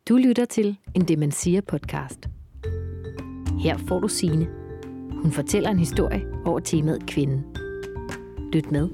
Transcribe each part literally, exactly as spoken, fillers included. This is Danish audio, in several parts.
Du lytter til en Demensia-podcast. Her får du Signe. Hun fortæller en historie over temaet kvinde. Lyt med.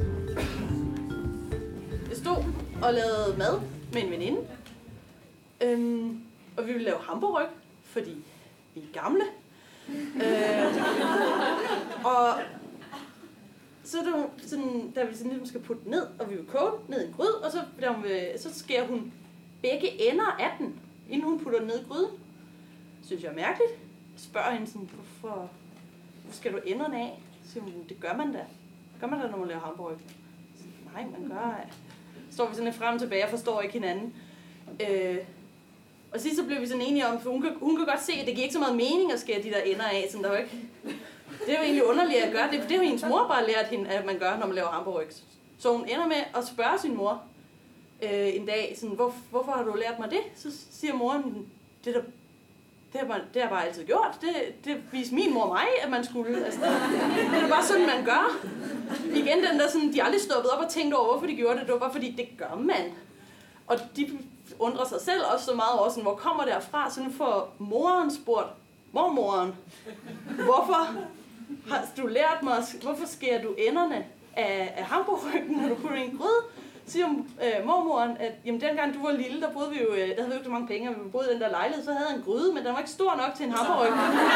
Jeg stod og lavede mad med en veninde. Øhm, og vi ville lave hamburgerryg, fordi vi er gamle. Øh, og så da, hun, sådan, da vi sådan ligesom skal putte den ned, og vi vil koge den ned i en gryde, og så, der hun vil, så skærer hun begge ender af den, inden hun putter den ned i gryden. Synes jeg er mærkeligt. Jeg spørger hende sådan, hvorfor, hvorfor skal du enderne af? Så siger hun, det gør man da. Det gør man da, når man laver hamburger. Nej, man gør. Så står vi sådan lidt frem og tilbage og forstår ikke hinanden. Øh, og sidst så blev vi sådan enige om, for hun kan, hun kan godt se, at det giver ikke så meget mening at skære de der ender af. Sådan der er jo ikke. Det er jo egentlig underligt at gøre. Det, det har hendes mor bare lært hende, at man gør, når man laver hamburger. Så hun ender med at spørge sin mor øh, en dag, sådan, Hvor, hvorfor har du lært mig det? Så siger moren, det, der, det, har, man, det har jeg bare altid gjort. Det, det viste min mor mig, at man skulle. Altså, det er bare sådan, man gør. Igen den der, sådan, de har aldrig stoppet op og tænkt over, hvorfor de gjorde det. Det var bare fordi, det gør man. Og de undrer sig selv også så meget over, sådan, hvor kommer det fra? Så nu får moren spurgt, mormoren, hvorfor har du lært mig, hvorfor skærer du enderne af, af hamburgerryggen, når du putter i en gryde? Så siger øh, mormoren, at jamen, dengang du var lille, der boede vi jo, der havde vi jo ikke så mange penge, og vi boede i den der lejlighed, så havde jeg en gryde, men den var ikke stor nok til en hamburgerryg.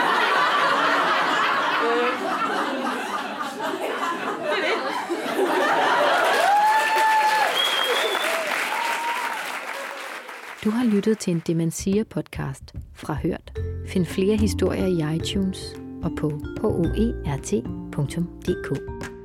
øh, det er det. Du har lyttet til en Demensia-podcast fra Hørt. Find flere historier i iTunes og på h o e r t punktum d k.